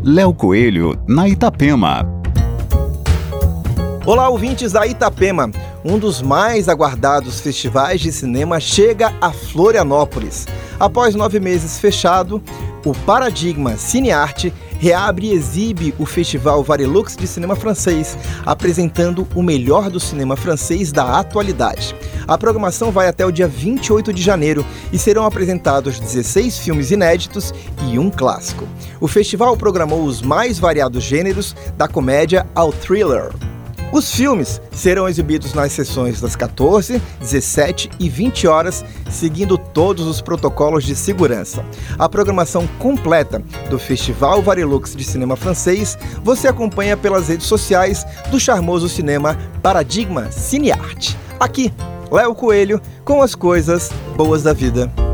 Léo Coelho, na Itapema. Olá, ouvintes da Itapema. Um dos mais aguardados festivais de cinema chega a Florianópolis. Após 9 meses fechado, o Paradigma Cinearte reabre e exibe o Festival Varilux de Cinema Francês, apresentando o melhor do cinema francês da atualidade. A programação vai até o dia 28 de janeiro e serão apresentados 16 filmes inéditos e um clássico. O festival programou os mais variados gêneros, da comédia ao thriller. Os filmes serão exibidos nas sessões das 14, 17 e 20 horas, seguindo todos os protocolos de segurança. A programação completa do Festival Varilux de Cinema Francês você acompanha pelas redes sociais do charmoso cinema Paradigma Cinearte. Aqui, Léo Coelho, com as coisas boas da vida.